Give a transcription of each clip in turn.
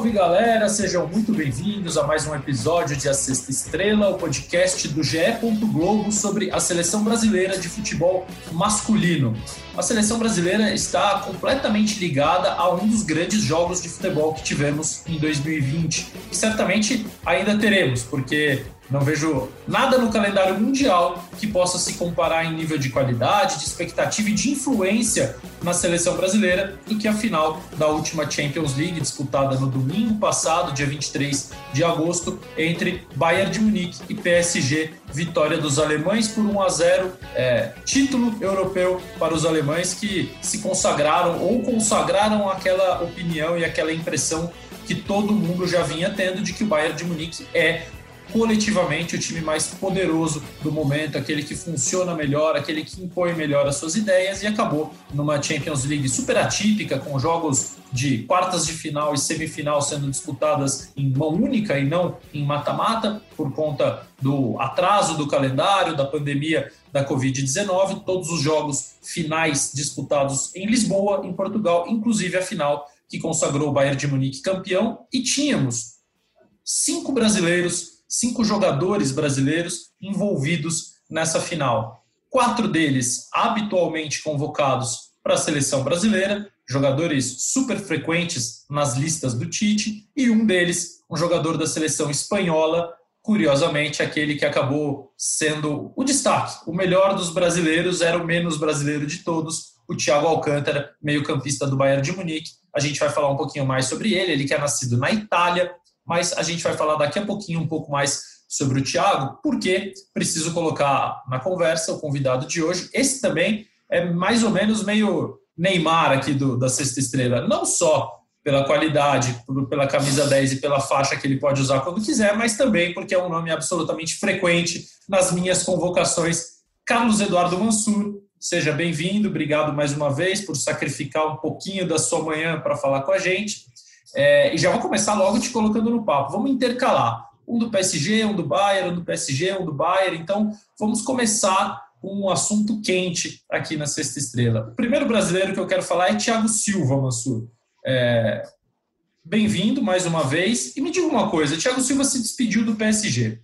Salve, galera! Sejam muito bem-vindos a mais um episódio de A Sexta Estrela, o podcast do GE. Globo sobre a seleção brasileira de futebol masculino. A seleção brasileira está completamente ligada a um dos grandes jogos de futebol que tivemos em 2020. E certamente ainda teremos, porque não vejo nada no calendário mundial que possa se comparar em nível de qualidade, de expectativa e de influência na seleção brasileira do que a final da última Champions League, disputada no domingo passado, dia 23 de agosto, entre Bayern de Munique e PSG. Vitória dos alemães por 1-0, título europeu para os alemães que se consagraram ou consagraram aquela opinião e aquela impressão que todo mundo já vinha tendo de que o Bayern de Munique é coletivamente o time mais poderoso do momento, aquele que funciona melhor, aquele que impõe melhor as suas ideias, e acabou numa Champions League super atípica, com jogos de quartas de final e semifinal sendo disputadas em mão única e não em mata-mata, por conta do atraso do calendário, da pandemia da Covid-19, todos os jogos finais disputados em Lisboa, em Portugal, inclusive a final que consagrou o Bayern de Munique campeão, e tínhamos 5 jogadores brasileiros envolvidos nessa final. 4 deles habitualmente convocados para a seleção brasileira, jogadores super frequentes nas listas do Tite, e um deles, um jogador da seleção espanhola, curiosamente aquele que acabou sendo o destaque. O melhor dos brasileiros era o menos brasileiro de todos, o Thiago Alcântara, meio-campista do Bayern de Munique. A gente vai falar um pouquinho mais sobre ele que é nascido na Itália, mas a gente vai falar daqui a pouquinho um pouco mais sobre o Thiago, porque preciso colocar na conversa o convidado de hoje. Esse também é mais ou menos meio Neymar aqui da Sexta Estrela, não só pela qualidade, pela camisa 10 e pela faixa que ele pode usar quando quiser, mas também porque é um nome absolutamente frequente nas minhas convocações. Carlos Eduardo Mansur, seja bem-vindo, obrigado mais uma vez por sacrificar um pouquinho da sua manhã para falar com a gente. E já vou começar logo te colocando no papo. Vamos intercalar. Um do PSG, um do Bayern, um do PSG, um do Bayern. Então, vamos começar com um assunto quente aqui na Sexta Estrela. O primeiro brasileiro que eu quero falar é Thiago Silva, Mansur. Bem-vindo mais uma vez. E me diga uma coisa, Thiago Silva se despediu do PSG.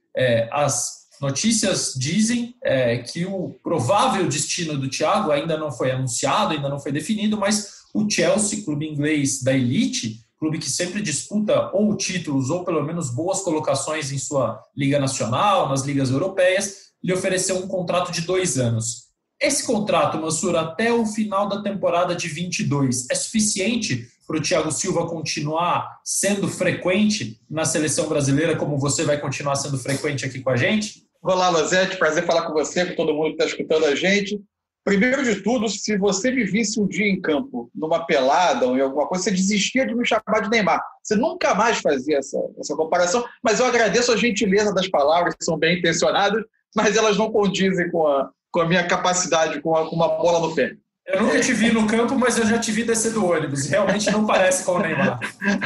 As notícias dizem que o provável destino do Thiago ainda não foi anunciado, ainda não foi definido, mas o Chelsea, clube inglês da elite, clube que sempre disputa ou títulos ou pelo menos boas colocações em sua Liga Nacional, nas ligas europeias, lhe ofereceu um contrato de 2 anos. Esse contrato, Mansur, até o final da temporada de 22, é suficiente para o Thiago Silva continuar sendo frequente na seleção brasileira, como você vai continuar sendo frequente aqui com a gente? Olá, Lozete, prazer falar com você, com todo mundo que está escutando a gente. Primeiro de tudo, se você me visse um dia em campo, numa pelada ou em alguma coisa, você desistia de me chamar de Neymar. Você nunca mais fazia essa comparação, mas eu agradeço a gentileza das palavras, que são bem intencionadas, mas elas não condizem com a minha capacidade, com uma bola no pé. Eu nunca te vi no campo, mas eu já te vi descer do ônibus. Realmente não parece com o Neymar.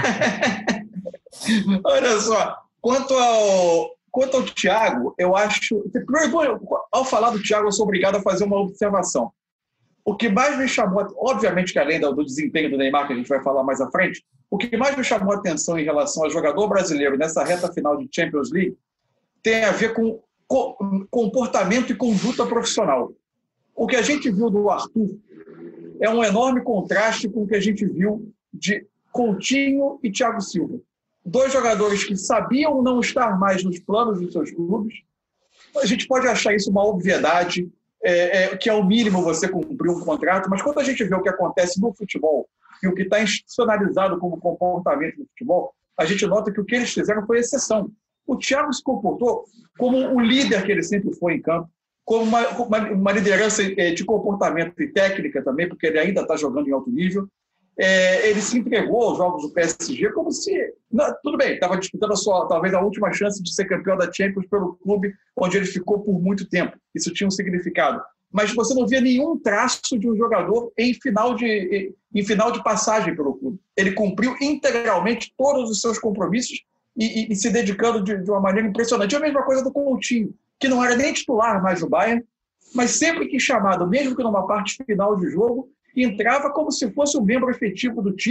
Olha só, quanto ao Thiago, eu acho... Primeiro, ao falar do Thiago, eu sou obrigado a fazer uma observação. O que mais me chamou... Obviamente que além do desempenho do Neymar, que a gente vai falar mais à frente, o que mais me chamou a atenção em relação ao jogador brasileiro nessa reta final de Champions League tem a ver com comportamento e conduta profissional. O que a gente viu do Arthur é um enorme contraste com o que a gente viu de Coutinho e Thiago Silva. 2 jogadores que sabiam não estar mais nos planos dos seus clubes. A gente pode achar isso uma obviedade, que é o mínimo você cumprir um contrato, mas quando a gente vê o que acontece no futebol e o que está institucionalizado como comportamento no futebol, a gente nota que o que eles fizeram foi exceção. O Thiago se comportou como o líder que ele sempre foi em campo, como uma liderança de comportamento e técnica também, porque ele ainda está jogando em alto nível. Ele se entregou aos jogos do PSG como se... tudo bem, estava disputando talvez a última chance de ser campeão da Champions pelo clube onde ele ficou por muito tempo. Isso tinha um significado. Mas você não via nenhum traço de um jogador em final de passagem pelo clube. Ele cumpriu integralmente todos os seus compromissos e se dedicando de uma maneira impressionante. A mesma coisa do Coutinho, que não era nem titular mais do Bayern, mas sempre que chamado, mesmo que numa parte final de jogo, entrava como se fosse um membro efetivo do time,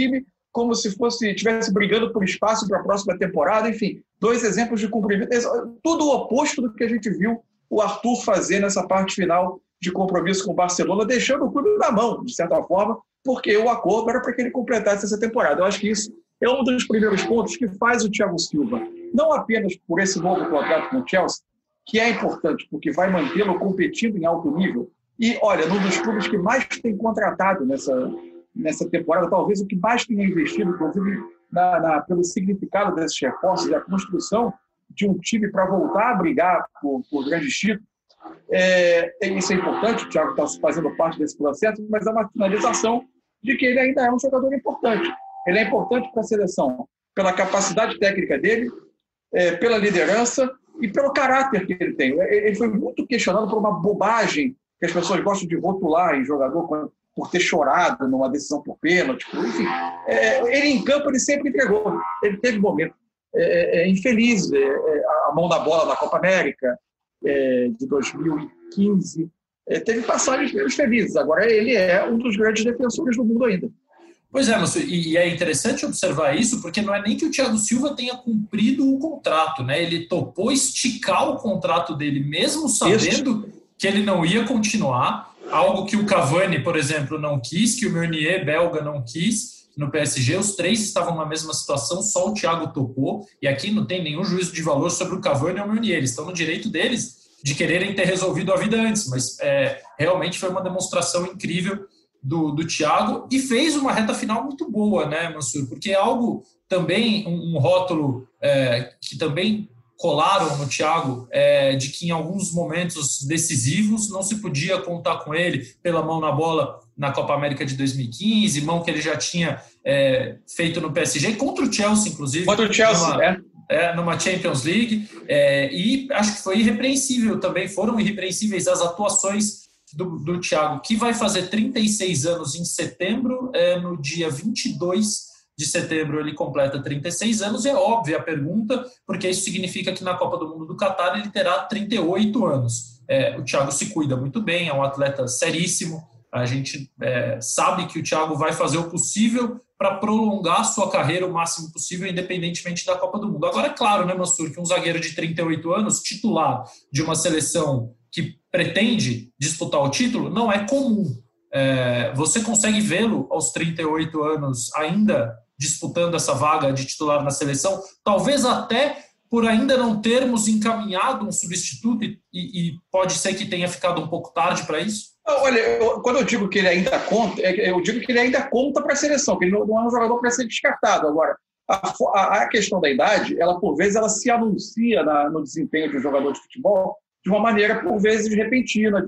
como se estivesse brigando por espaço para a próxima temporada. Enfim, 2 exemplos de cumprimento. Tudo o oposto do que a gente viu o Arthur fazer nessa parte final de compromisso com o Barcelona, deixando o clube na mão, de certa forma, porque o acordo era para que ele completasse essa temporada. Eu acho que isso é um dos primeiros pontos que faz o Thiago Silva, não apenas por esse novo contrato com o Chelsea, que é importante, porque vai mantê-lo competindo em alto nível. E, olha, num dos clubes que mais tem contratado nessa temporada, talvez o que mais tenha investido, inclusive, pelo significado desses reforços e a construção de um time para voltar a brigar por grandes títulos. Isso é importante, o Thiago está fazendo parte desse processo, mas é uma sinalização de que ele ainda é um jogador importante. Ele é importante para a seleção pela capacidade técnica dele, pela liderança e pelo caráter que ele tem. Ele foi muito questionado por uma bobagem que as pessoas gostam de rotular em jogador por ter chorado numa decisão por pênalti. Enfim, ele em campo ele sempre entregou. Ele teve momento infeliz, a mão na bola na Copa América de 2015. Teve passagens menos felizes. Agora ele é um dos grandes defensores do mundo ainda. Pois é, Lúcio, e é interessante observar isso, porque não é nem que o Thiago Silva tenha cumprido o contrato, né? Ele topou esticar o contrato dele, mesmo sabendo que ele não ia continuar, algo que o Cavani, por exemplo, não quis, que o Meunier, belga, não quis no PSG. Os 3 estavam na mesma situação, só o Thiago topou, e aqui não tem nenhum juízo de valor sobre o Cavani ou o Meunier, eles estão no direito deles de quererem ter resolvido a vida antes, mas realmente foi uma demonstração incrível do Thiago, e fez uma reta final muito boa, né, Mansur? Porque é algo também, um rótulo que também colaram no Thiago, de que em alguns momentos decisivos não se podia contar com ele pela mão na bola na Copa América de 2015, mão que ele já tinha feito no PSG, contra o Chelsea, inclusive. Contra o Chelsea, numa Champions League, e acho que foi irrepreensível também, foram irrepreensíveis as atuações do Thiago, que vai fazer 36 anos em setembro, no dia 22 de setembro ele completa 36 anos, é óbvia a pergunta, porque isso significa que na Copa do Mundo do Catar ele terá 38 anos. O Thiago se cuida muito bem, é um atleta seríssimo, a gente sabe que o Thiago vai fazer o possível para prolongar sua carreira o máximo possível, independentemente da Copa do Mundo. Agora, é claro, né, Mansur, que um zagueiro de 38 anos, titular de uma seleção que pretende disputar o título, não é comum. Você consegue vê-lo aos 38 anos ainda disputando essa vaga de titular na seleção, talvez até por ainda não termos encaminhado um substituto, e pode ser que tenha ficado um pouco tarde para isso? Olha, quando eu digo que ele ainda conta, eu digo que ele ainda conta para a seleção, que ele não é um jogador para ser descartado. Agora, a questão da idade, ela por vezes ela se anuncia no desempenho de um jogador de futebol de uma maneira, por vezes, repentina.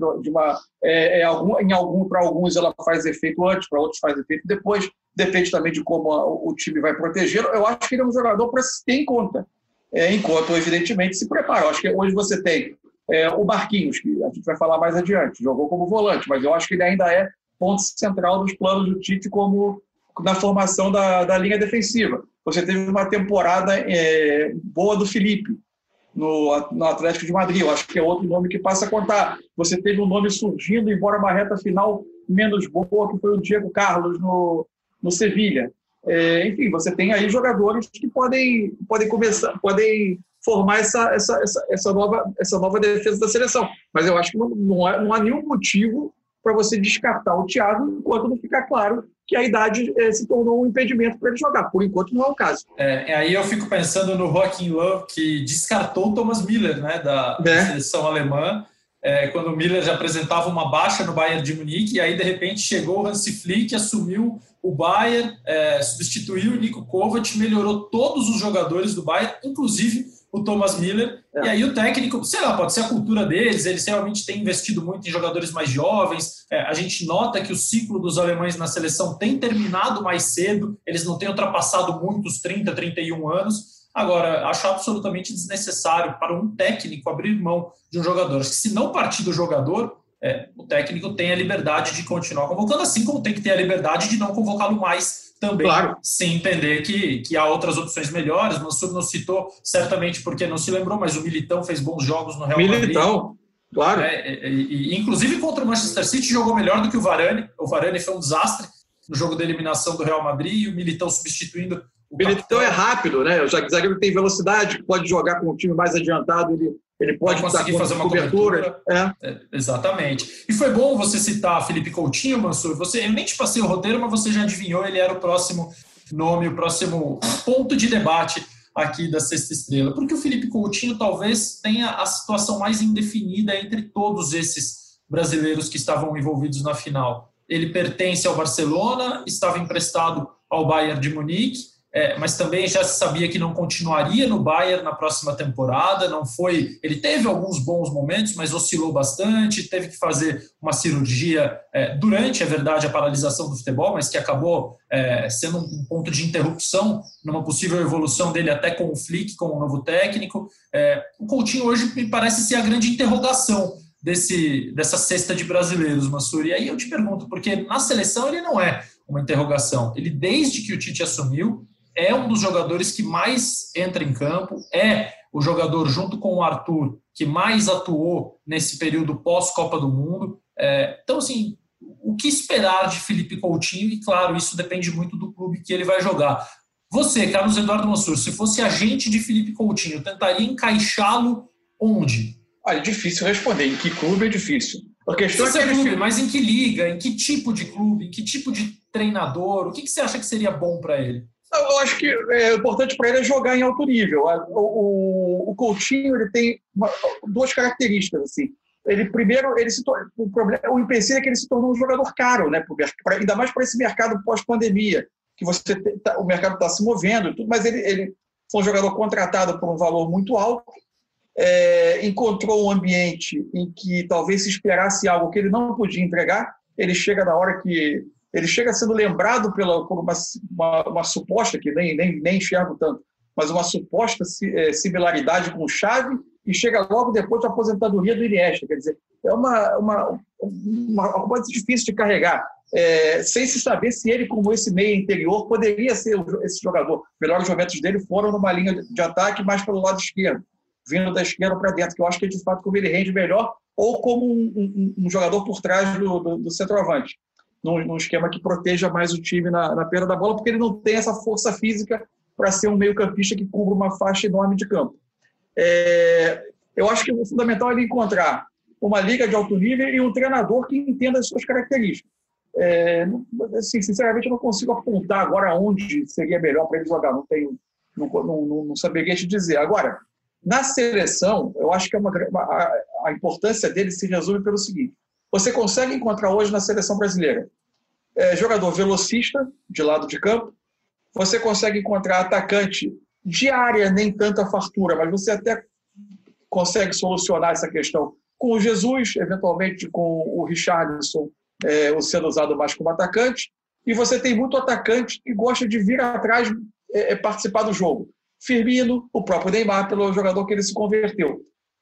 Para alguns ela faz efeito antes, para outros faz efeito depois. Depende também de como o time vai protegê-lo. Eu acho que ele é um jogador para se ter em conta, enquanto, evidentemente, se prepara. Eu acho que hoje você tem o Marquinhos, que a gente vai falar mais adiante, jogou como volante, mas eu acho que ele ainda é ponto central dos planos do Tite como na formação da linha defensiva. Você teve uma temporada boa do Felipe no Atlético de Madrid, eu acho que é outro nome que passa a contar. Você teve um nome surgindo, embora uma reta final menos boa, que foi o Diego Carlos no Sevilha. Enfim, você tem aí jogadores que podem formar essa nova defesa da seleção. Mas eu acho que não há nenhum motivo para você descartar o Thiago enquanto não ficar claro que a idade se tornou um impedimento para ele jogar. Por enquanto, não é o caso. Aí eu fico pensando no Joachim Löw, que descartou o Thomas Müller, né, da seleção alemã, quando o Müller já apresentava uma baixa no Bayern de Munique, e aí, de repente, chegou o Hansi Flick, assumiu o Bayern, substituiu o Niko Kovac, melhorou todos os jogadores do Bayern, inclusive o Thomas Müller, e aí o técnico, sei lá, pode ser a cultura deles, eles realmente têm investido muito em jogadores mais jovens, a gente nota que o ciclo dos alemães na seleção tem terminado mais cedo, eles não têm ultrapassado muito os 30, 31 anos. Agora, acho absolutamente desnecessário para um técnico abrir mão de um jogador. Acho que se não partir do jogador, o técnico tem a liberdade de continuar convocando, assim como tem que ter a liberdade de não convocá-lo mais também, claro, sem entender que há outras opções melhores. O Mansur não citou, certamente porque não se lembrou, mas o Militão fez bons jogos no Real Madrid. Militão, claro. Inclusive contra o Manchester City jogou melhor do que o Varane. O Varane foi um desastre no jogo da eliminação do Real Madrid, e o Militão substituindo o Militão é rápido, né? O zagueiro tem velocidade, pode jogar com um time mais adiantado, ele pode conseguir fazer uma cobertura. Exatamente. E foi bom você citar Felipe Coutinho, Mansur. Eu nem te passei o roteiro, mas você já adivinhou, ele era o próximo nome, o próximo ponto de debate aqui da Sexta Estrela. Porque o Felipe Coutinho talvez tenha a situação mais indefinida entre todos esses brasileiros que estavam envolvidos na final. Ele pertence ao Barcelona, estava emprestado ao Bayern de Munique, mas também já se sabia que não continuaria no Bayern na próxima temporada. Ele teve alguns bons momentos, mas oscilou bastante, teve que fazer uma cirurgia durante, é verdade, a paralisação do futebol, mas que acabou sendo um ponto de interrupção numa possível evolução dele até com o Flick, com o novo técnico. O Coutinho hoje me parece ser a grande interrogação dessa cesta de brasileiros, Mansur. E aí eu te pergunto, porque na seleção ele não é uma interrogação. Ele, desde que o Tite assumiu, é um dos jogadores que mais entra em campo, é o jogador, junto com o Arthur, que mais atuou nesse período pós-Copa do Mundo. Então, assim, o que esperar de Felipe Coutinho? E, claro, isso depende muito do clube que ele vai jogar. Você, Carlos Eduardo Mansur, se fosse agente de Felipe Coutinho, tentaria encaixá-lo onde? É difícil responder. Em que clube é difícil. A questão é que clube, mas em que liga? Em que tipo de clube? Em que tipo de treinador? O que você acha que seria bom para ele? Eu acho que importante para ele é jogar em alto nível. O Coutinho, ele tem duas características. Assim. O empecilho é que ele se tornou um jogador caro, né? Ainda mais para esse mercado pós-pandemia, que o mercado está se movendo e tudo, mas ele foi um jogador contratado por um valor muito alto, encontrou um ambiente em que talvez se esperasse algo que ele não podia entregar. Ele chega na hora que... Ele chega sendo lembrado por uma suposta, que nem enxergo tanto, mas uma suposta similaridade com o Xavi, e chega logo depois da aposentadoria do Iniesta. Quer dizer, é uma coisa difícil de carregar, sem se saber se ele, como esse meia interior, poderia ser esse jogador. Os melhores momentos dele foram numa linha de ataque mais pelo lado esquerdo, vindo da esquerda para dentro, que eu acho que é de fato como ele rende melhor, ou como um jogador por trás do centroavante, num esquema que proteja mais o time na perda da bola, porque ele não tem essa força física para ser um meio-campista que cubra uma faixa enorme de campo. Eu acho que o fundamental é ele encontrar uma liga de alto nível e um treinador que entenda as suas características. Assim, sinceramente, eu não consigo apontar agora onde seria melhor para ele jogar. Não saberia te dizer. Agora, na seleção, eu acho que a importância dele se resume pelo seguinte: você consegue encontrar hoje na seleção brasileira jogador velocista, de lado de campo, você consegue encontrar atacante de área, nem tanta fartura, mas você até consegue solucionar essa questão com o Jesus, eventualmente com o Richarlison sendo usado mais como atacante, e você tem muito atacante que gosta de vir atrás participar do jogo. Firmino, o próprio Neymar, pelo jogador que ele se converteu.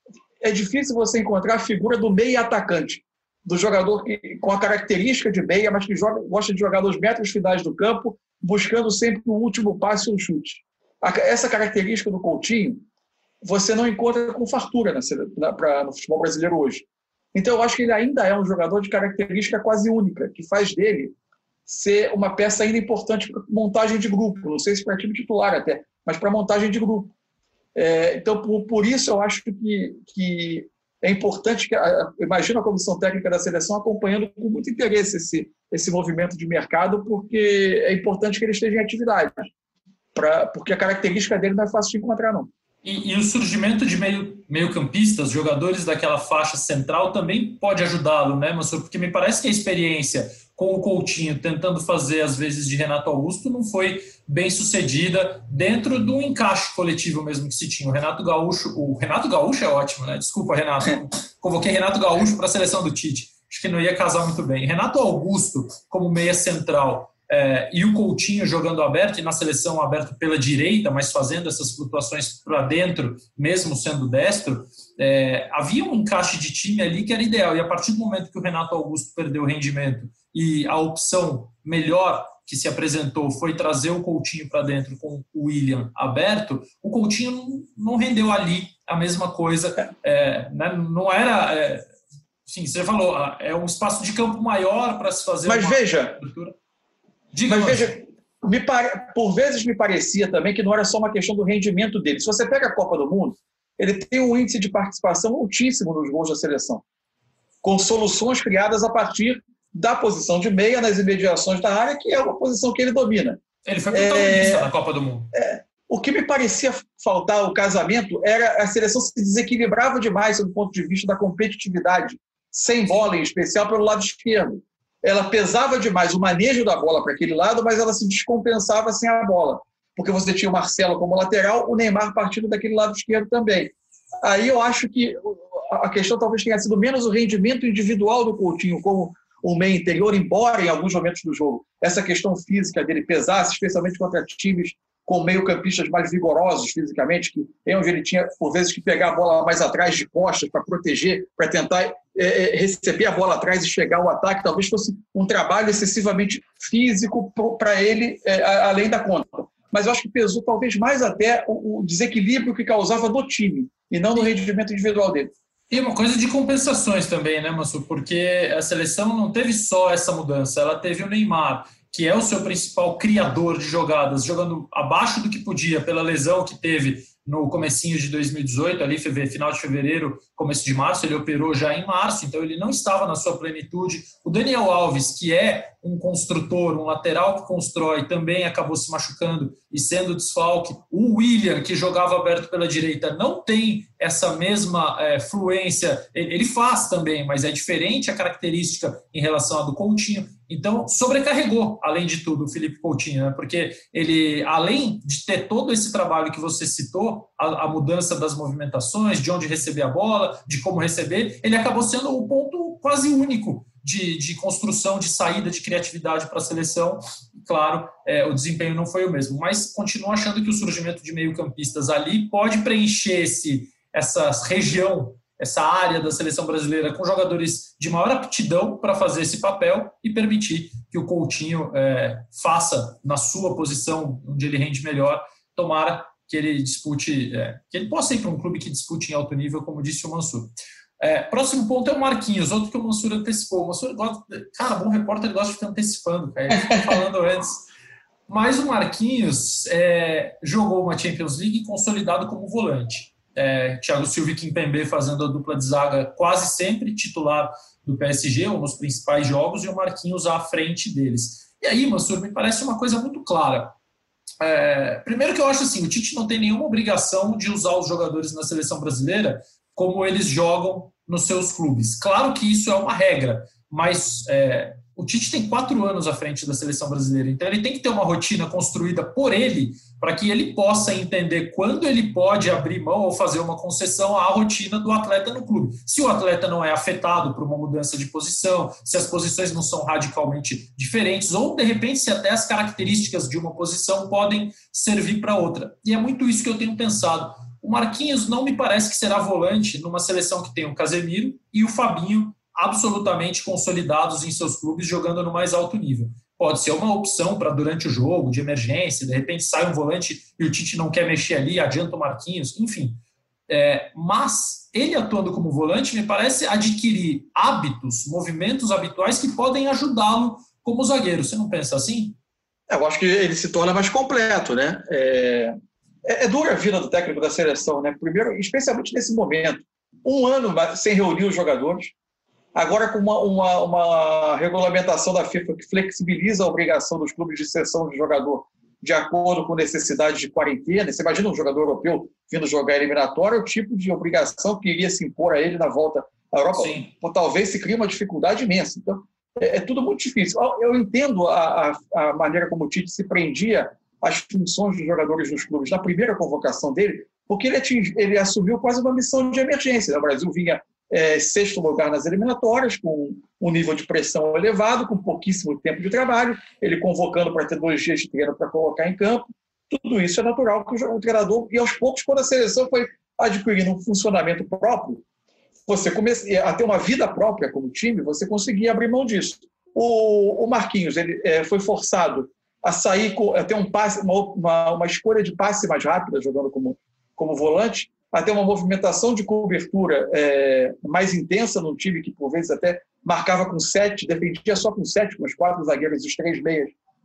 É difícil você encontrar a figura do meia atacante, do jogador com a característica de meia, mas que gosta de jogar nos metros finais do campo, buscando sempre o último passe ou chute. Essa característica do Coutinho, você não encontra com fartura no futebol brasileiro hoje. Então, eu acho que ele ainda é um jogador de característica quase única, que faz dele ser uma peça ainda importante para montagem de grupo. Não sei se para time titular até, mas para montagem de grupo. Então, por isso, eu acho que é importante que, imagino a comissão técnica da seleção acompanhando com muito interesse esse movimento de mercado, porque é importante que ele esteja em atividade, porque a característica dele não é fácil de encontrar, não. E o surgimento de meio-campistas, jogadores daquela faixa central, também pode ajudá-lo, né, Mansur? Porque me parece que a experiência com o Coutinho tentando fazer, às vezes, de Renato Augusto, não foi bem sucedida dentro do encaixe coletivo mesmo que se tinha. O Renato Gaúcho é ótimo, né? Desculpa, Renato. Convoquei Renato Gaúcho para a seleção do Tite. Acho que não ia casar muito bem. Renato Augusto, como meia central, e o Coutinho jogando aberto, e na seleção aberto pela direita, mas fazendo essas flutuações para dentro, mesmo sendo destro, havia um encaixe de time ali que era ideal. E a partir do momento que o Renato Augusto perdeu o rendimento e a opção melhor que se apresentou foi trazer o Coutinho para dentro com o William aberto, o Coutinho não rendeu ali a mesma coisa. Né? Não era... sim, você falou, é um espaço de campo maior para se fazer mas uma veja, estrutura. Diga, mas veja, por vezes me parecia também que não era só uma questão do rendimento dele. Se você pega a Copa do Mundo, ele tem um índice de participação altíssimo nos gols da seleção, com soluções criadas a partir da posição de meia nas imediações da área, que é uma posição que ele domina. Ele foi protagonista na Copa do Mundo. O que me parecia faltar o casamento era a seleção se desequilibrava demais do ponto de vista da competitividade, sem bola em especial pelo lado esquerdo. Ela pesava demais o manejo da bola para aquele lado, mas ela se descompensava sem a bola, porque você tinha o Marcelo como lateral, o Neymar partindo daquele lado esquerdo também. Aí eu acho que a questão talvez tenha sido menos o rendimento individual do Coutinho como o meio interior, embora em alguns momentos do jogo essa questão física dele pesasse, especialmente contra times com meio-campistas mais vigorosos fisicamente, que é onde ele tinha, por vezes, que pegar a bola mais atrás de costas para proteger, para tentar receber a bola atrás e chegar ao ataque. Talvez fosse um trabalho excessivamente físico para ele, além da conta. Mas eu acho que pesou talvez mais até o desequilíbrio que causava no time, e não no rendimento individual dele. E uma coisa de compensações também, né, Massu? Porque a seleção não teve só essa mudança, ela teve o Neymar, que é o seu principal criador de jogadas, jogando abaixo do que podia pela lesão que teve no comecinho de 2018, ali final de fevereiro, começo de março, ele operou já em março, então ele não estava na sua plenitude. O Daniel Alves, que é um construtor, um lateral que constrói, também acabou se machucando e sendo desfalque. O William, que jogava aberto pela direita, não tem essa mesma fluência, ele faz também, mas é diferente a característica em relação à do Coutinho. Então, sobrecarregou, além de tudo, o Felipe Coutinho, né? Porque ele, além de ter todo esse trabalho que você citou, a mudança das movimentações, de onde receber a bola, de como receber, ele acabou sendo um ponto quase único de construção, de saída, de criatividade para a seleção. Claro, o desempenho não foi o mesmo, mas continuo achando que o surgimento de meio-campistas ali pode preencher essa região, essa área da seleção brasileira com jogadores de maior aptidão para fazer esse papel e permitir que o Coutinho faça na sua posição, onde ele rende melhor. Tomara que ele dispute, que ele possa ir para um clube que dispute em alto nível, como disse o Mansur. Próximo ponto é o Marquinhos, outro que o Mansur antecipou. O Mansur gosta, cara, bom repórter, ele gosta de ficar antecipando, cara. Ele fica falando antes. Mas o Marquinhos jogou uma Champions League consolidado como volante. Thiago Silva e Kimpembe fazendo a dupla de zaga quase sempre, titular do PSG, ou nos principais jogos, e o Marquinhos à frente deles. E aí, Mansur, me parece uma coisa muito clara. Primeiro que eu acho assim, o Tite não tem nenhuma obrigação de usar os jogadores na seleção brasileira como eles jogam nos seus clubes. Claro que isso é uma regra, mas o Tite tem 4 anos à frente da seleção brasileira, então ele tem que ter uma rotina construída por ele, para que ele possa entender quando ele pode abrir mão ou fazer uma concessão à rotina do atleta no clube. Se o atleta não é afetado por uma mudança de posição, se as posições não são radicalmente diferentes, ou de repente se até as características de uma posição podem servir para outra. E é muito isso que eu tenho pensado. O Marquinhos não me parece que será volante numa seleção que tem o Casemiro e o Fabinho absolutamente consolidados em seus clubes, jogando no mais alto nível. Pode ser uma opção para durante o jogo, de emergência, de repente sai um volante e o Tite não quer mexer ali, adianta o Marquinhos, enfim. Mas ele atuando como volante me parece adquirir hábitos, movimentos habituais que podem ajudá-lo como zagueiro. Você não pensa assim? Eu acho que ele se torna mais completo, né? É dura a vida do técnico da seleção, né? Primeiro, especialmente nesse momento. 1 ano sem reunir os jogadores, agora com uma regulamentação da FIFA que flexibiliza a obrigação dos clubes de cessão de jogador de acordo com necessidade de quarentena. Você imagina um jogador europeu vindo jogar eliminatório, o tipo de obrigação que iria se impor a ele na volta à Europa. Sim. Talvez se crie uma dificuldade imensa. Então, é tudo muito difícil. Eu entendo a maneira como o Tite se prendia às funções dos jogadores nos clubes na primeira convocação dele, porque ele assumiu quase uma missão de emergência. O Brasil vinha 6º lugar nas eliminatórias, com um nível de pressão elevado, com pouquíssimo tempo de trabalho, ele convocando para ter 2 dias de treino para colocar em campo. Tudo isso é natural que o treinador, e aos poucos, quando a seleção foi adquirindo um funcionamento próprio, você começa a ter uma vida própria como time, você conseguia abrir mão disso. O Marquinhos ele foi forçado a sair, a ter um passe, uma escolha de passe mais rápida, jogando como volante, até uma movimentação de cobertura mais intensa no time que, por vezes, até marcava com 7, defendia só com 7, com os 4 zagueiros e os 3 meias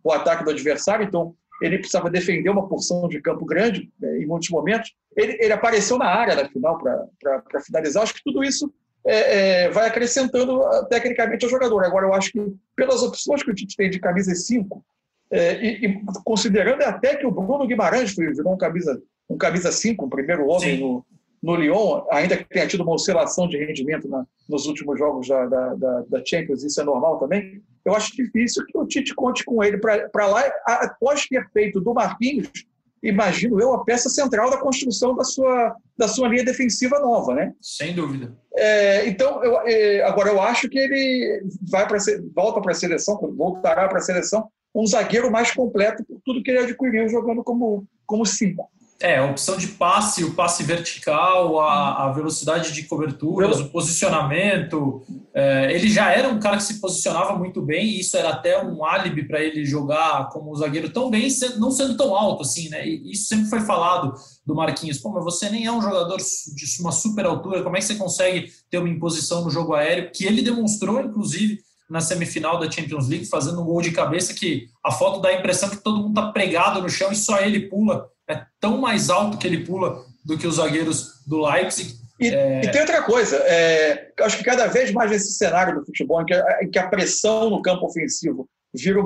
o ataque do adversário, então ele precisava defender uma porção de campo grande, né, em muitos momentos. Ele apareceu na área na final para finalizar. Acho que tudo isso vai acrescentando tecnicamente ao jogador. Agora, eu acho que pelas opções que o Tite tem de camisa 5, e considerando até que o Bruno Guimarães virou um camisa 5, o primeiro homem no Lyon, ainda que tenha tido uma oscilação de rendimento nos últimos jogos da Champions, isso é normal também. Eu acho difícil que o Tite conte com ele para lá, após ter feito do Marquinhos, imagino eu, a peça central da construção da sua linha defensiva nova, né? Sem dúvida. Então, agora eu acho que ele volta para a seleção, voltará para a seleção, um zagueiro mais completo por tudo que ele adquiriu jogando como 5. A opção de passe, o passe vertical, a velocidade de coberturas, o posicionamento. Ele já era um cara que se posicionava muito bem, e isso era até um álibi para ele jogar como zagueiro tão bem, não sendo tão alto assim, né? E isso sempre foi falado do Marquinhos. Pô, mas você nem é um jogador de uma super altura, como é que você consegue ter uma imposição no jogo aéreo? Que ele demonstrou, inclusive, na semifinal da Champions League, fazendo um gol de cabeça que a foto dá a impressão que todo mundo está pregado no chão e só ele pula. É tão mais alto que ele pula do que os zagueiros do Leipzig. E tem outra coisa, acho que cada vez mais nesse cenário do futebol em que a pressão no campo ofensivo vira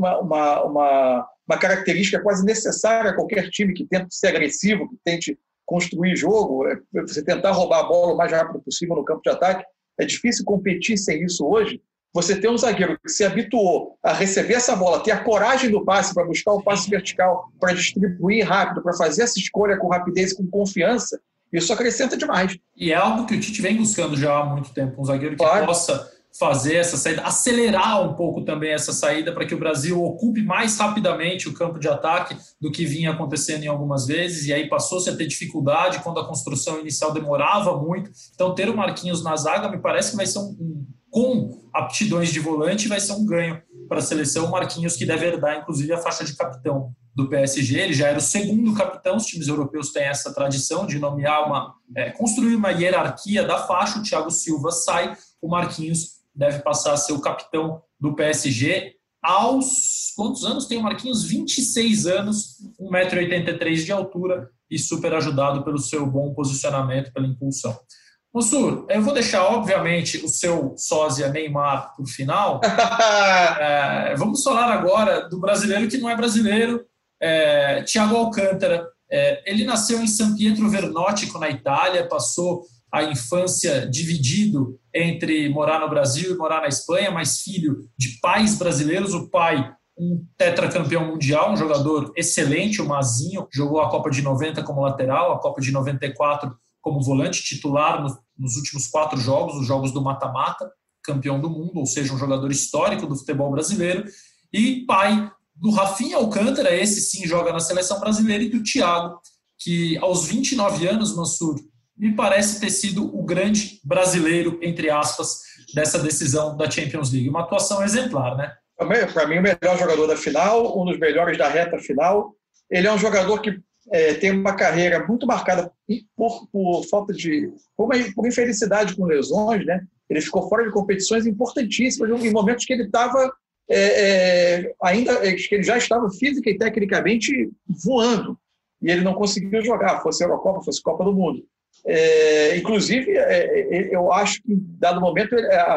uma característica quase necessária a qualquer time que tente ser agressivo, que tente construir jogo, você tentar roubar a bola o mais rápido possível no campo de ataque. É difícil competir sem isso hoje. Você tem um zagueiro que se habituou a receber essa bola, ter a coragem do passe para buscar o passe vertical, para distribuir rápido, para fazer essa escolha com rapidez e com confiança, isso acrescenta demais. E é algo que o Tite vem buscando já há muito tempo, um zagueiro que possa fazer essa saída, acelerar um pouco também essa saída para que o Brasil ocupe mais rapidamente o campo de ataque do que vinha acontecendo em algumas vezes, e aí passou-se a ter dificuldade quando a construção inicial demorava muito. Então ter o Marquinhos na zaga me parece que vai ser com aptidões de volante, vai ser um ganho para a seleção. O Marquinhos, que deve herdar, inclusive, a faixa de capitão do PSG. Ele já era o segundo capitão. Os times europeus têm essa tradição de nomear construir uma hierarquia da faixa. O Thiago Silva sai, o Marquinhos deve passar a ser o capitão do PSG. Aos quantos anos tem o Marquinhos? 26 anos, 1,83 m de altura e super ajudado pelo seu bom posicionamento, pela impulsão. Mossur, eu vou deixar, obviamente, o seu sósia Neymar para o final. Vamos falar agora do brasileiro que não é brasileiro, Thiago Alcântara. Ele nasceu em San Pietro Vernotico, na Itália, passou a infância dividido entre morar no Brasil e morar na Espanha, mas filho de pais brasileiros. O pai, um tetracampeão mundial, um jogador excelente, o Mazinho, jogou a Copa de 90 como lateral, a Copa de 94 como volante titular nos últimos 4 jogos, os jogos do mata-mata, campeão do mundo, ou seja, um jogador histórico do futebol brasileiro, e pai do Rafinha Alcântara, esse sim joga na seleção brasileira, e do Thiago, que aos 29 anos, Mansur, me parece ter sido o grande brasileiro, entre aspas, dessa decisão da Champions League. Uma atuação exemplar, né? Para mim, o melhor jogador da final, um dos melhores da reta final. Ele é um jogador que tem uma carreira muito marcada por falta de... por infelicidade com lesões, né? Ele ficou fora de competições importantíssimas em momentos que ele estava ainda... que ele já estava física e tecnicamente voando. E ele não conseguiu jogar, fosse Eurocopa, fosse Copa do Mundo. Inclusive, eu acho que, em dado momento,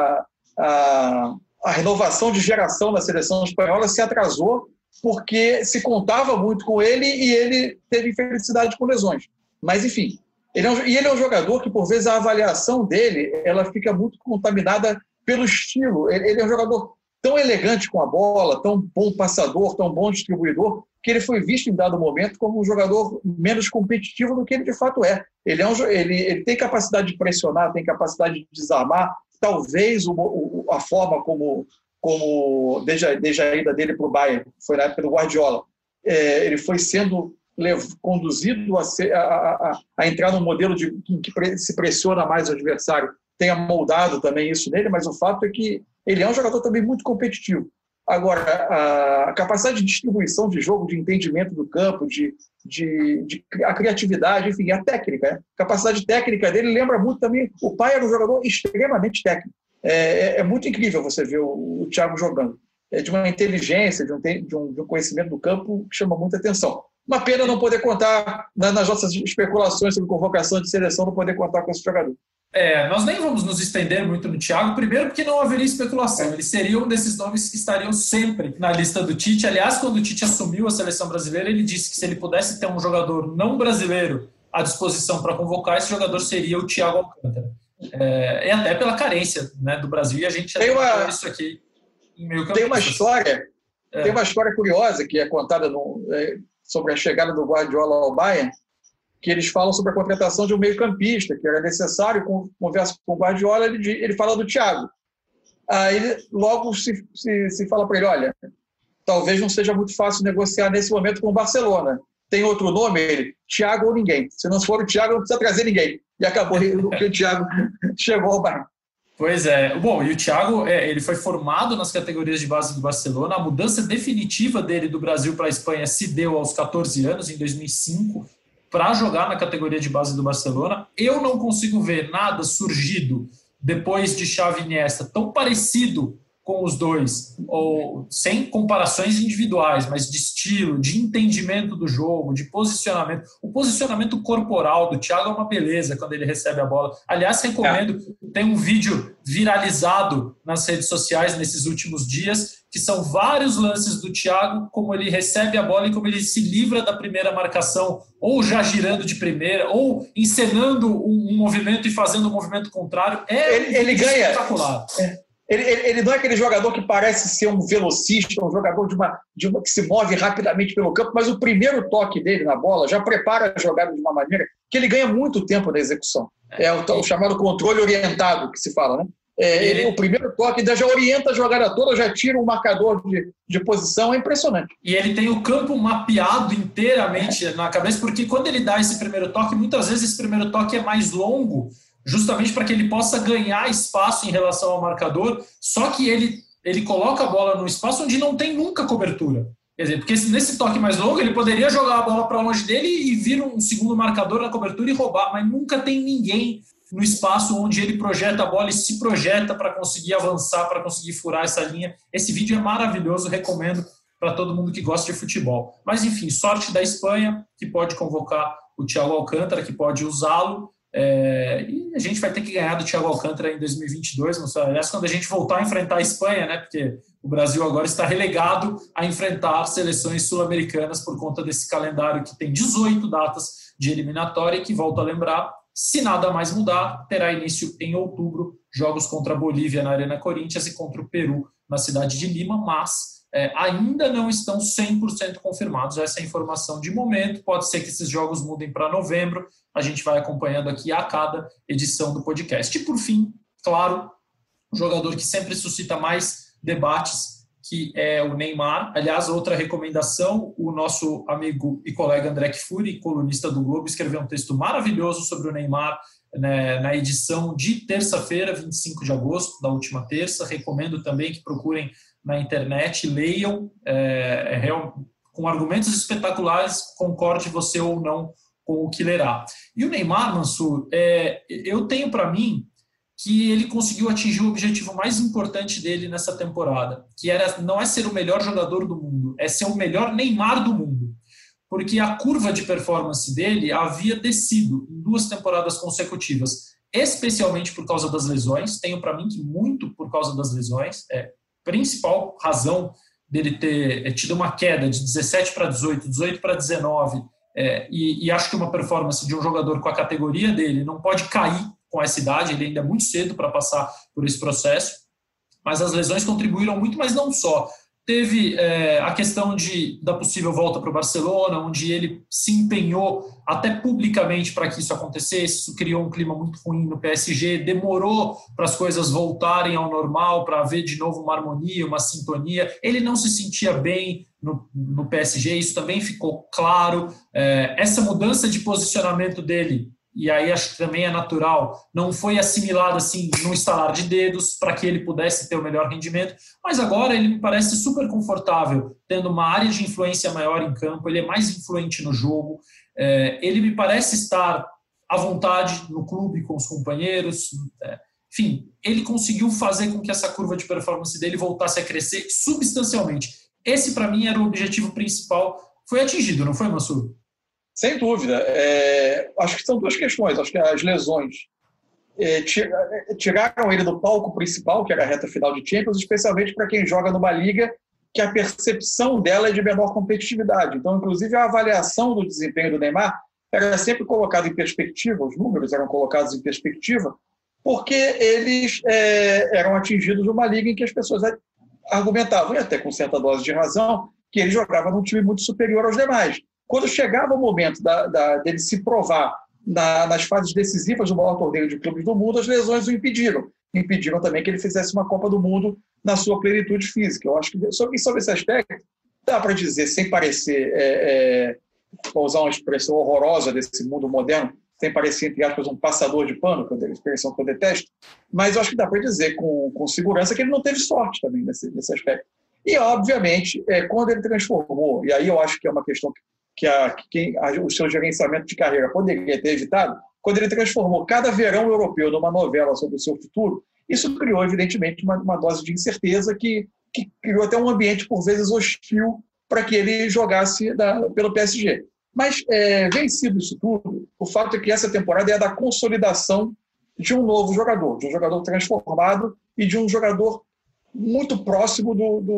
a renovação de geração da seleção espanhola se atrasou porque se contava muito com ele e ele teve infelicidade com lesões. Mas, enfim, ele é um jogador que, por vezes, a avaliação dele ela fica muito contaminada pelo estilo. Ele é um jogador tão elegante com a bola, tão bom passador, tão bom distribuidor, que ele foi visto em dado momento como um jogador menos competitivo do que ele de fato é. Ele tem capacidade de pressionar, tem capacidade de desarmar. Talvez a forma como desde a ida dele para o Bayern, foi na época do Guardiola, ele foi sendo conduzido a entrar num modelo em que se pressiona mais o adversário, tenha moldado também isso nele, mas o fato é que ele é um jogador também muito competitivo. Agora, a capacidade de distribuição de jogo, de entendimento do campo, a criatividade, enfim, a técnica, né? A capacidade técnica dele lembra muito também... O pai era um jogador extremamente técnico. É muito incrível você ver o Thiago jogando. de uma inteligência, de um conhecimento do campo que chama muita atenção. Uma pena não poder contar, nas nossas especulações sobre convocação de seleção, não poder contar com esse jogador. Nós nem vamos nos estender muito no Thiago, primeiro porque não haveria especulação. Ele seria um desses nomes que estariam sempre na lista do Tite. Aliás, quando o Tite assumiu a seleção brasileira, ele disse que se ele pudesse ter um jogador não brasileiro à disposição para convocar, esse jogador seria o Thiago Alcântara. E até pela carência, né, do Brasil, e a gente já tem isso aqui em meio campo. Tem uma história curiosa que é contada sobre a chegada do Guardiola ao Bayern, que eles falam sobre a contratação de um meio-campista, que era necessário, conversa com o Guardiola, ele fala do Thiago. Aí logo se fala para ele, olha, talvez não seja muito fácil negociar nesse momento com o Barcelona. Tem outro nome? Ele, Thiago ou ninguém. Se não for o Thiago, não precisa trazer ninguém. E acabou que o Thiago chegou ao Bayern. Pois é. Bom, e o Thiago, ele foi formado nas categorias de base do Barcelona. A mudança definitiva dele do Brasil para a Espanha se deu aos 14 anos, em 2005, para jogar na categoria de base do Barcelona. Eu não consigo ver nada surgido depois de Xavi e Iniesta tão parecido com os dois, ou sem comparações individuais, mas de estilo, de entendimento do jogo, de posicionamento. O posicionamento corporal do Thiago é uma beleza quando ele recebe a bola. Aliás, recomendo, tem um vídeo viralizado nas redes sociais nesses últimos dias, que são vários lances do Thiago, como ele recebe a bola e como ele se livra da primeira marcação, ou já girando de primeira, ou encenando um movimento e fazendo um movimento contrário. Ele ganha. Espetacular. Ele não é aquele jogador que parece ser um velocista, um jogador que se move rapidamente pelo campo, mas o primeiro toque dele na bola já prepara a jogada de uma maneira que ele ganha muito tempo na execução. É o chamado controle orientado, que se fala, né? O primeiro toque já orienta a jogada toda, já tira um marcador de posição, é impressionante. E ele tem o campo mapeado inteiramente na cabeça, porque quando ele dá esse primeiro toque, muitas vezes esse primeiro toque é mais longo, justamente para que ele possa ganhar espaço em relação ao marcador, só que ele coloca a bola no espaço onde não tem nunca cobertura. Quer dizer, porque nesse toque mais longo ele poderia jogar a bola para longe dele e vir um segundo marcador na cobertura e roubar, mas nunca tem ninguém no espaço onde ele projeta a bola e se projeta para conseguir avançar, para conseguir furar essa linha. Esse vídeo é maravilhoso, recomendo para todo mundo que gosta de futebol. Mas enfim, sorte da Espanha, que pode convocar o Thiago Alcântara, que pode usá-lo. E a gente vai ter que ganhar do Thiago Alcântara em 2022, não sei, aliás, quando a gente voltar a enfrentar a Espanha, né, porque o Brasil agora está relegado a enfrentar seleções sul-americanas por conta desse calendário que tem 18 datas de eliminatória e que, volto a lembrar, se nada mais mudar, terá início em outubro, jogos contra a Bolívia na Arena Corinthians e contra o Peru na cidade de Lima, mas ainda não estão 100% confirmados. Essa é a informação de momento. Pode ser que esses jogos mudem para novembro. A gente vai acompanhando aqui a cada edição do podcast. E, por fim, claro, um jogador que sempre suscita mais debates, que é o Neymar. Aliás, outra recomendação, o nosso amigo e colega André Kfouri, colunista do Globo, escreveu um texto maravilhoso sobre o Neymar, né, na edição de terça-feira, 25 de agosto, da última terça. Recomendo também que procurem na internet, leiam, com argumentos espetaculares, concorde você ou não com o que lerá. E o Neymar, Mansur, eu tenho para mim que ele conseguiu atingir o objetivo mais importante dele nessa temporada, que não é ser o melhor jogador do mundo, é ser o melhor Neymar do mundo. Porque a curva de performance dele havia descido em 2 temporadas consecutivas, especialmente por causa das lesões. Tenho para mim que muito por causa das lesões, principal razão dele ter tido uma queda de 17 para 18, 18 para 19, e acho que uma performance de um jogador com a categoria dele não pode cair com essa idade, ele ainda é muito cedo para passar por esse processo, mas as lesões contribuíram muito, mas não só. Teve a questão da possível volta para o Barcelona, onde ele se empenhou até publicamente para que isso acontecesse. Isso criou um clima muito ruim no PSG, demorou para as coisas voltarem ao normal, para haver de novo uma harmonia, uma sintonia. Ele não se sentia bem no PSG, isso também ficou claro. Essa mudança de posicionamento dele, e aí acho que também é natural, não foi assimilado assim num estalar de dedos para que ele pudesse ter o melhor rendimento, mas agora ele me parece super confortável, tendo uma área de influência maior em campo, ele é mais influente no jogo, ele me parece estar à vontade no clube com os companheiros, Enfim, ele conseguiu fazer com que essa curva de performance dele voltasse a crescer substancialmente. Esse, para mim, era o objetivo principal. Foi atingido, não foi, Mansur? Sem dúvida. Acho que são duas questões. Acho que as lesões tiraram ele do palco principal, que era a reta final de Champions, especialmente para quem joga numa liga que a percepção dela é de menor competitividade. Então, inclusive, a avaliação do desempenho do Neymar era sempre colocada em perspectiva, os números eram colocados em perspectiva, porque eles eram atingidos numa liga em que as pessoas argumentavam, e até com certa dose de razão, que ele jogava num time muito superior aos demais. Quando chegava o momento dele se provar nas fases decisivas do maior torneio de clubes do mundo, as lesões o impediram. Impediram também que ele fizesse uma Copa do Mundo na sua plenitude física. Eu acho que sobre esse aspecto, dá para dizer, sem parecer, vou usar uma expressão horrorosa desse mundo moderno, sem parecer, entre aspas, um passador de pano, que é uma expressão que eu detesto, mas eu acho que dá para dizer com segurança que ele não teve sorte também nesse aspecto. E, obviamente, quando ele transformou, e aí eu acho que é uma questão que o seu gerenciamento de carreira poderia ter evitado, quando ele transformou cada verão europeu numa novela sobre o seu futuro, isso criou, evidentemente, uma dose de incerteza que criou até um ambiente, por vezes, hostil para que ele jogasse pelo PSG. Mas, vencido isso tudo, o fato é que essa temporada é a da consolidação de um novo jogador, de um jogador transformado e de um jogador muito próximo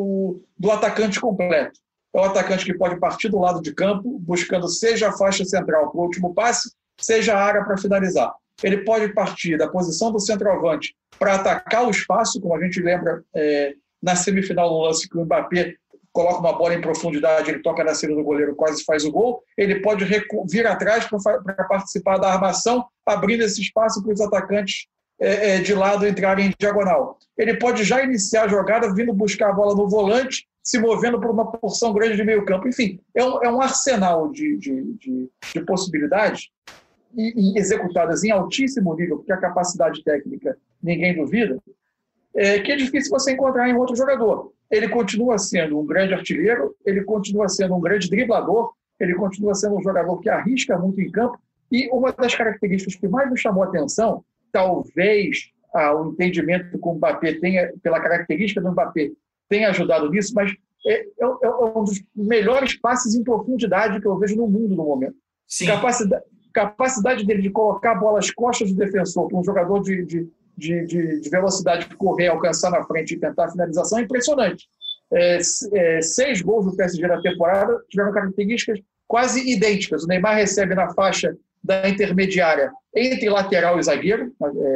do atacante completo. É um atacante que pode partir do lado de campo, buscando seja a faixa central para o último passe, seja a área para finalizar. Ele pode partir da posição do centroavante para atacar o espaço, como a gente lembra na semifinal no lance que o Mbappé coloca uma bola em profundidade, ele toca na cena do goleiro, quase faz o gol. Ele pode vir atrás para participar da armação, abrindo esse espaço para os atacantes de lado entrarem em diagonal. Ele pode já iniciar a jogada vindo buscar a bola no volante, se movendo por uma porção grande de meio campo. Enfim, é um arsenal de possibilidades e executadas em altíssimo nível, porque a capacidade técnica ninguém duvida, que é difícil você encontrar em outro jogador. Ele continua sendo um grande artilheiro, ele continua sendo um grande driblador, ele continua sendo um jogador que arrisca muito em campo, e uma das características que mais me chamou a atenção, talvez o entendimento com o Mbappé pela característica do Mbappé, tenha ajudado nisso, mas é um dos melhores passes em profundidade que eu vejo no mundo no momento. Sim. Capacidade dele de colocar a bola às costas do defensor, para um jogador de velocidade de correr, alcançar na frente e tentar a finalização é impressionante. 6 gols do PSG na temporada tiveram características quase idênticas. O Neymar recebe na faixa da intermediária entre lateral e zagueiro,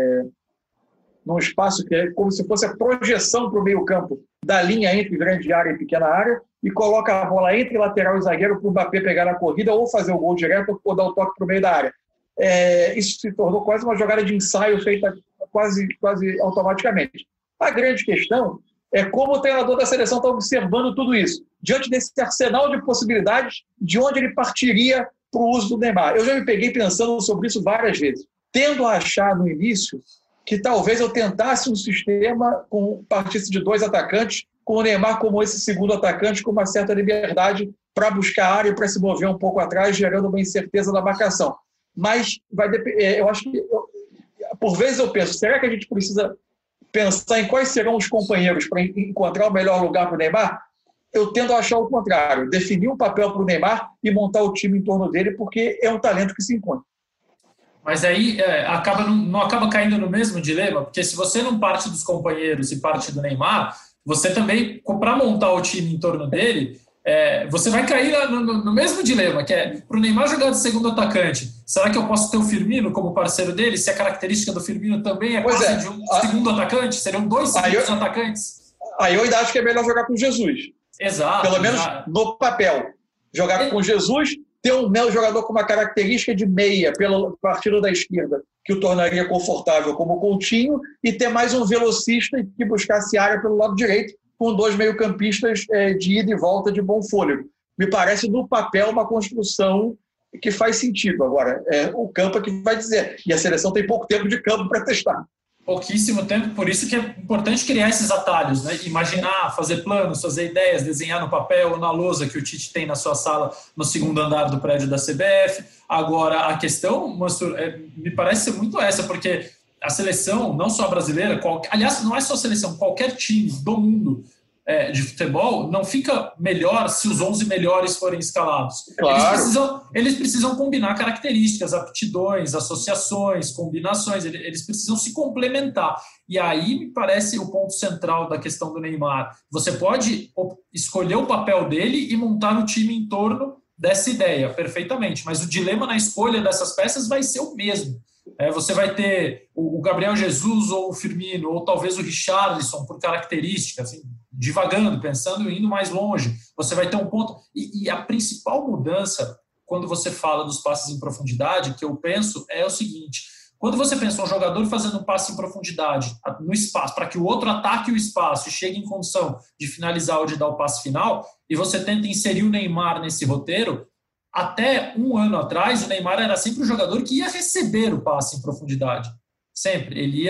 num espaço que é como se fosse a projeção para o meio-campo da linha entre grande área e pequena área, e coloca a bola entre lateral e zagueiro para o Mbappé pegar na corrida ou fazer o gol direto ou dar o toque para o meio da área. Isso se tornou quase uma jogada de ensaio feita quase automaticamente. A grande questão é como o treinador da seleção está observando tudo isso. Diante desse arsenal de possibilidades, de onde ele partiria para o uso do Neymar. Eu já me peguei pensando sobre isso várias vezes, tendo a achar no início que talvez eu tentasse um sistema com partisse de 2 atacantes, com o Neymar como esse segundo atacante, com uma certa liberdade para buscar a área e para se mover um pouco atrás, gerando uma incerteza na marcação. Mas eu acho que, por vezes eu penso, será que a gente precisa pensar em quais serão os companheiros para encontrar o melhor lugar para o Neymar? Eu tendo a achar o contrário, definir um papel para o Neymar e montar o time em torno dele, porque é um talento que se encontra. Mas aí não acaba caindo no mesmo dilema, porque se você não parte dos companheiros e parte do Neymar, você também, para montar o time em torno dele, você vai cair no mesmo dilema, que é para o Neymar jogar de segundo atacante. Será que eu posso ter o Firmino como parceiro dele, se a característica do Firmino também é quase de um segundo atacante? Seriam 2 segundos atacantes? Aí eu ainda acho que é melhor jogar com Jesus. Exato. Pelo menos no papel. Jogar com Jesus, ter um jogador com uma característica de meia pelo partido da esquerda, que o tornaria confortável como o Coutinho, e ter mais um velocista que buscasse área pelo lado direito, com 2 meio-campistas de ida e volta de bom fôlego. Me parece, no papel, uma construção que faz sentido. Agora, o campo é que vai dizer. E a seleção tem pouco tempo de campo para testar. Pouquíssimo tempo, por isso que é importante criar esses atalhos, né? Imaginar, fazer planos, fazer ideias, desenhar no papel ou na lousa que o Tite tem na sua sala no segundo andar do prédio da CBF. Agora, a questão, Mansur, me parece ser muito essa, porque a seleção, não só a brasileira, aliás, não é só a seleção, qualquer time do mundo de futebol não fica melhor se os 11 melhores forem escalados. Claro. Eles precisam combinar características, aptidões, associações, combinações, eles precisam se complementar. E aí me parece o ponto central da questão do Neymar. Você pode escolher o papel dele e montar o time em torno dessa ideia, perfeitamente, mas o dilema na escolha dessas peças vai ser o mesmo. Você vai ter o Gabriel Jesus ou o Firmino, ou talvez o Richarlison, por características, assim, divagando, pensando, indo mais longe. Você vai ter um ponto... E a principal mudança, quando você fala dos passes em profundidade, que eu penso, é o seguinte: quando você pensa um jogador fazendo um passe em profundidade no espaço, para que o outro ataque o espaço e chegue em condição de finalizar ou de dar o passe final, e você tenta inserir o Neymar nesse roteiro, até um ano atrás, o Neymar era sempre o jogador que ia receber o passe em profundidade. Sempre. Ele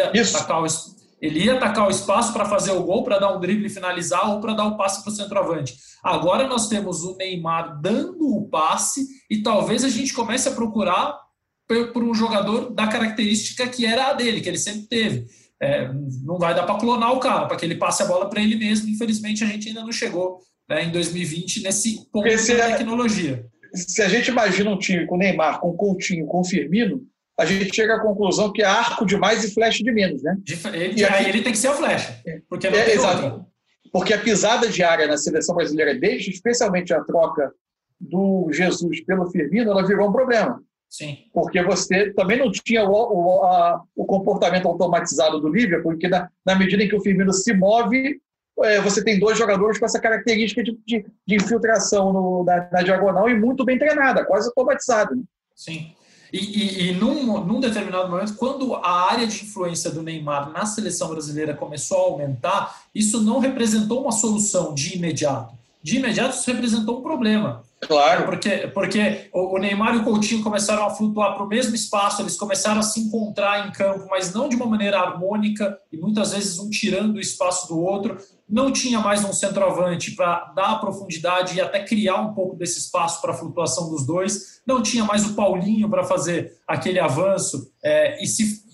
ia atacar o espaço para fazer o gol, para dar um drible e finalizar, ou para dar o passe para o centroavante. Agora nós temos o Neymar dando o passe e talvez a gente comece a procurar por um jogador da característica que era a dele, que ele sempre teve. Não vai dar para clonar o cara, para que ele passe a bola para ele mesmo. Infelizmente, a gente ainda não chegou, em 2020 nesse ponto da tecnologia. Se a gente imagina um time com Neymar, com Coutinho, com Firmino, a gente chega à conclusão que é arco de mais e flecha de menos, né? Aí ele tem que ser a flecha, porque não tem outra. Porque a pisada de área na seleção brasileira, especialmente a troca do Jesus pelo Firmino, ela virou um problema. Sim. Porque você também não tinha o comportamento automatizado do Liverpool, porque na medida em que o Firmino se move, você tem dois jogadores com essa característica de infiltração na diagonal e muito bem treinada, quase automatizada. Né? Sim. E num determinado momento, quando a área de influência do Neymar na seleção brasileira começou a aumentar, isso não representou uma solução de imediato. De imediato, isso representou um problema. Claro. Porque o Neymar e o Coutinho começaram a flutuar para o mesmo espaço, eles começaram a se encontrar em campo, mas não de uma maneira harmônica, e muitas vezes um tirando o espaço do outro. Não tinha mais um centroavante para dar a profundidade e até criar um pouco desse espaço para a flutuação dos dois. Não tinha mais o Paulinho para fazer aquele avanço e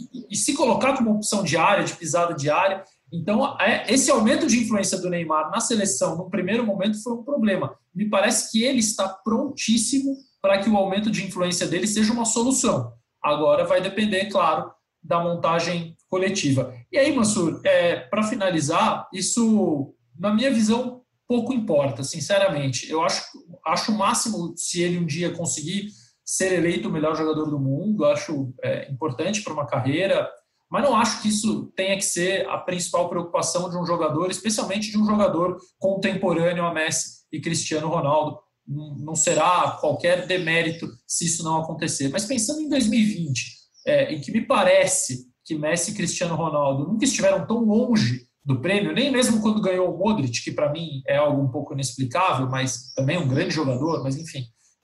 se colocar como opção de área, de pisada de área. Então, esse aumento de influência do Neymar na seleção, no primeiro momento, foi um problema. Me parece que ele está prontíssimo para que o aumento de influência dele seja uma solução. Agora vai depender, claro, da montagem coletiva. E aí, Mansur, para finalizar, isso, na minha visão, pouco importa, sinceramente. Eu acho o máximo se ele um dia conseguir ser eleito o melhor jogador do mundo, acho importante para uma carreira, mas não acho que isso tenha que ser a principal preocupação de um jogador, especialmente de um jogador contemporâneo a Messi e Cristiano Ronaldo. Não será qualquer demérito se isso não acontecer. Mas pensando em 2020, em que me parece que Messi e Cristiano Ronaldo nunca estiveram tão longe do prêmio, nem mesmo quando ganhou o Modric, que para mim é algo um pouco inexplicável, mas também um grande jogador, mas enfim,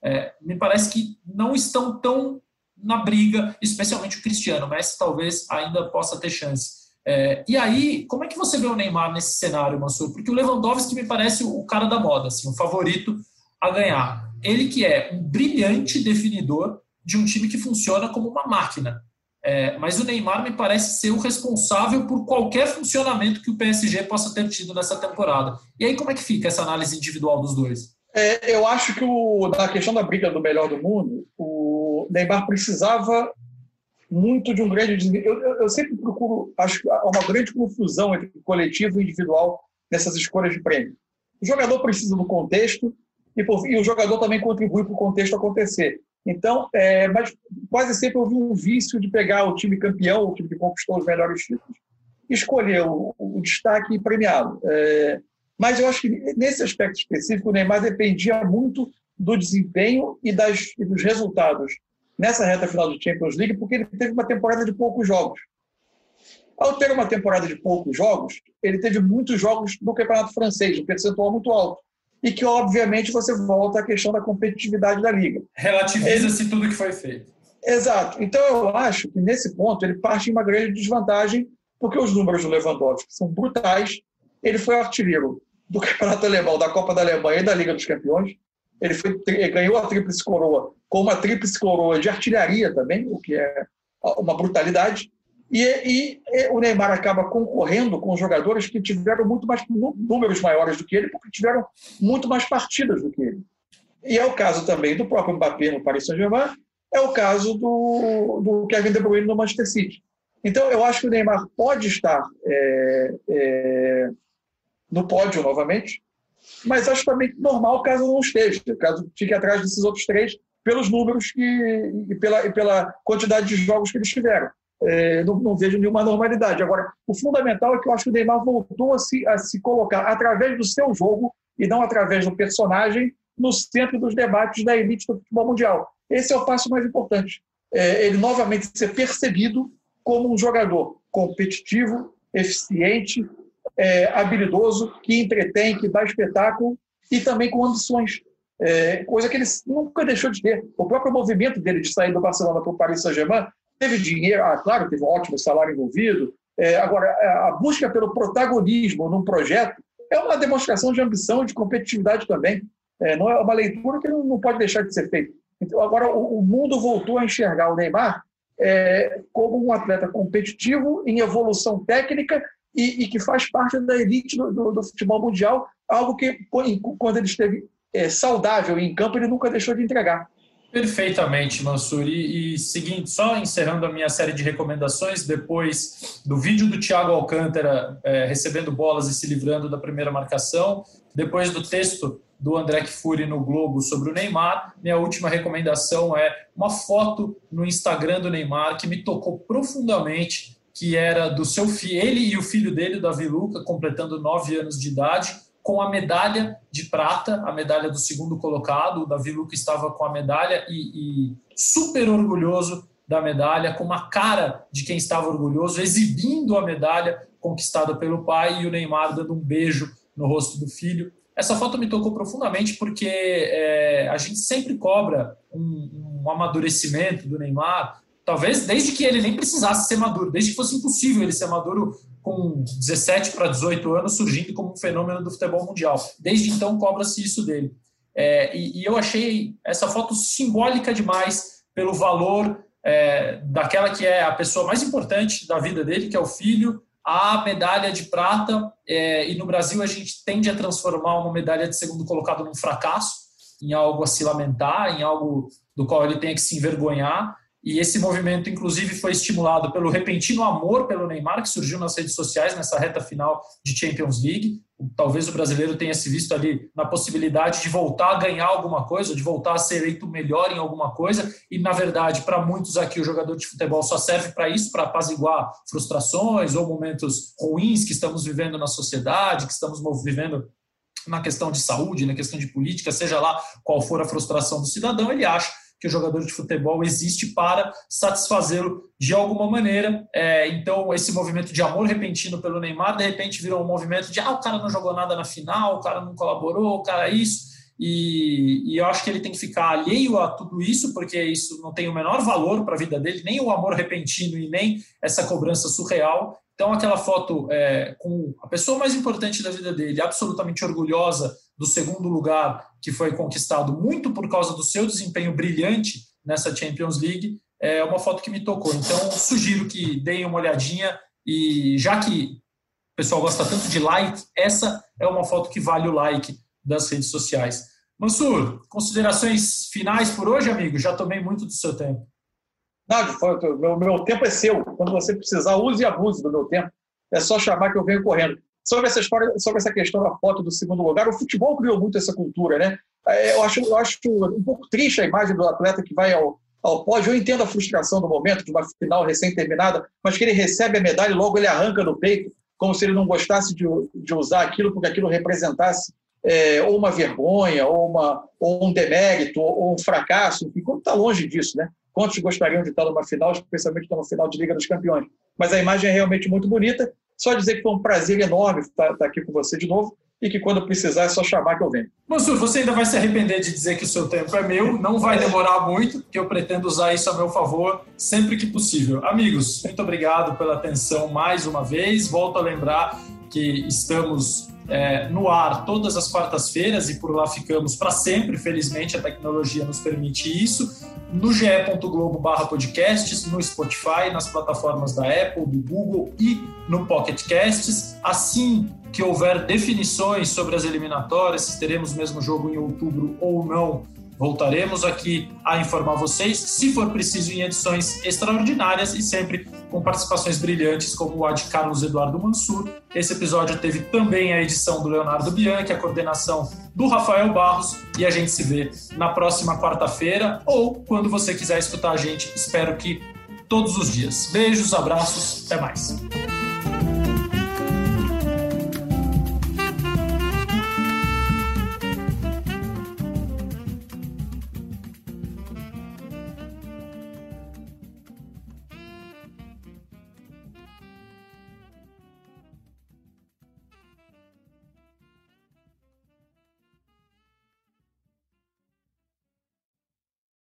me parece que não estão tão na briga, especialmente o Cristiano. Messi talvez ainda possa ter chance. E aí, como é que você vê o Neymar nesse cenário, Mansur? Porque o Lewandowski me parece o cara da moda, assim, o favorito a ganhar. Ele que é um brilhante definidor de um time que funciona como uma máquina. Mas o Neymar me parece ser o responsável por qualquer funcionamento que o PSG possa ter tido nessa temporada. E aí, como é que fica essa análise individual dos dois? Eu acho que na questão da briga do melhor do mundo, o Neymar precisava muito de um grande desempenho. Eu sempre procuro, acho que há uma grande confusão entre coletivo e individual nessas escolhas de prêmio. O jogador precisa do contexto e o jogador também contribui para o contexto acontecer. Então, mas quase sempre houve um vício de pegar o time campeão, o time que conquistou os melhores títulos, e escolher o destaque e premiá-lo. Mas eu acho que nesse aspecto específico o Neymar dependia muito do desempenho e dos resultados nessa reta final do Champions League, porque ele teve uma temporada de poucos jogos. Ao ter uma temporada de poucos jogos, ele teve muitos jogos no Campeonato Francês, um percentual muito alto. E que, obviamente, você volta à questão da competitividade da Liga. Relativiza-se tudo que foi feito. Exato. Então, eu acho que, nesse ponto, ele parte em uma grande desvantagem, porque os números do Lewandowski são brutais. Ele foi artilheiro do Campeonato Alemão, da Copa da Alemanha e da Liga dos Campeões. Ele ganhou a tríplice coroa, com uma tríplice coroa de artilharia também, o que é uma brutalidade. E o Neymar acaba concorrendo com jogadores que tiveram muito mais números maiores do que ele, porque tiveram muito mais partidas do que ele. E é o caso também do próprio Mbappé no Paris Saint-Germain, é o caso do Kevin De Bruyne no Manchester City. Então, eu acho que o Neymar pode estar no pódio novamente, mas acho também normal caso não esteja, caso fique atrás desses outros três, pelos números e pela quantidade de jogos que eles tiveram. Não vejo nenhuma normalidade. Agora, o fundamental é que eu acho que o Neymar voltou a se colocar através do seu jogo e não através do personagem no centro dos debates da elite do futebol mundial. Esse é o passo mais importante. Ele novamente ser percebido como um jogador competitivo, eficiente, habilidoso, que entretém, que dá espetáculo e também com ambições. Coisa que ele nunca deixou de ter. O próprio movimento dele de sair do Barcelona para o Paris Saint-Germain teve dinheiro, claro, teve um ótimo salário envolvido. Agora, a busca pelo protagonismo num projeto é uma demonstração de ambição e de competitividade também. Não é uma leitura que não pode deixar de ser feita. Então, agora, o mundo voltou a enxergar o Neymar como um atleta competitivo, em evolução técnica e que faz parte da elite do futebol mundial, algo que, quando ele esteve saudável em campo, ele nunca deixou de entregar. Perfeitamente, Mansur. E seguinte, só encerrando a minha série de recomendações, depois do vídeo do Thiago Alcântara recebendo bolas e se livrando da primeira marcação, depois do texto do André Kfouri no Globo sobre o Neymar, minha última recomendação é uma foto no Instagram do Neymar que me tocou profundamente, que era do seu filho, ele e o filho dele, o Davi Luca, completando 9 anos de idade, com a medalha de prata, a medalha do segundo colocado. O Davi Luca estava com a medalha e super orgulhoso da medalha, com uma cara de quem estava orgulhoso, exibindo a medalha conquistada pelo pai, e o Neymar dando um beijo no rosto do filho. Essa foto me tocou profundamente porque a gente sempre cobra um amadurecimento do Neymar, talvez desde que ele nem precisasse ser maduro, desde que fosse impossível ele ser maduro com 17 para 18 anos, surgindo como um fenômeno do futebol mundial. Desde então cobra-se isso dele. E eu achei essa foto simbólica demais pelo valor daquela que é a pessoa mais importante da vida dele, que é o filho, a medalha de prata, e no Brasil a gente tende a transformar uma medalha de segundo colocado num fracasso, em algo a se lamentar, em algo do qual ele tenha que se envergonhar. E esse movimento, inclusive, foi estimulado pelo repentino amor pelo Neymar, que surgiu nas redes sociais nessa reta final de Champions League. Talvez o brasileiro tenha se visto ali na possibilidade de voltar a ganhar alguma coisa, de voltar a ser eleito melhor em alguma coisa. E, na verdade, para muitos aqui, o jogador de futebol só serve para isso, para apaziguar frustrações ou momentos ruins que estamos vivendo na sociedade, que estamos vivendo na questão de saúde, na questão de política, seja lá qual for a frustração do cidadão. Ele acha que o jogador de futebol existe para satisfazê-lo de alguma maneira. Então, esse movimento de amor repentino pelo Neymar, de repente virou um movimento de o cara não jogou nada na final, o cara não colaborou, o cara isso. E eu acho que ele tem que ficar alheio a tudo isso, porque isso não tem o menor valor para a vida dele, nem o amor repentino e nem essa cobrança surreal. Então, aquela foto com a pessoa mais importante da vida dele, absolutamente orgulhosa do segundo lugar que foi conquistado muito por causa do seu desempenho brilhante nessa Champions League, é uma foto que me tocou. Então, sugiro que deem uma olhadinha, e já que o pessoal gosta tanto de like, essa é uma foto que vale o like das redes sociais. Mansur, considerações finais por hoje, amigo? Já tomei muito do seu tempo. Não, meu tempo é seu. Quando você precisar, use e abuse do meu tempo. É só chamar que eu venho correndo. Sobre essa história, sobre essa questão da foto do segundo lugar, o futebol criou muito essa cultura, né? Eu acho um pouco triste a imagem do atleta que vai ao pódio. Eu entendo a frustração do momento, de uma final recém-terminada, mas que ele recebe a medalha e logo ele arranca do peito, como se ele não gostasse de usar aquilo, porque aquilo representasse ou uma vergonha, ou um demérito, ou um fracasso. E como está longe disso, né? Quantos gostariam de estar numa final, especialmente numa final de Liga dos Campeões? Mas a imagem é realmente muito bonita. Só dizer que foi um prazer enorme estar aqui com você de novo, e que quando precisar é só chamar que eu venho. Mansur, você ainda vai se arrepender de dizer que o seu tempo é meu, não vai demorar muito, que eu pretendo usar isso a meu favor sempre que possível. Amigos, muito obrigado pela atenção mais uma vez. Volto a lembrar que estamos no ar todas as quartas-feiras e por lá ficamos para sempre. Felizmente a tecnologia nos permite isso. no ge.globo/podcasts, no Spotify, nas plataformas da Apple, do Google e no Pocket Casts. Assim que houver definições sobre as eliminatórias, se teremos o mesmo jogo em outubro ou não, voltaremos aqui a informar vocês, se for preciso, em edições extraordinárias e sempre com participações brilhantes como a de Carlos Eduardo Mansur. Esse episódio teve também a edição do Leonardo Bianchi, a coordenação do Rafael Barros, e a gente se vê na próxima quarta-feira ou quando você quiser escutar a gente, espero que todos os dias. Beijos, abraços, até mais.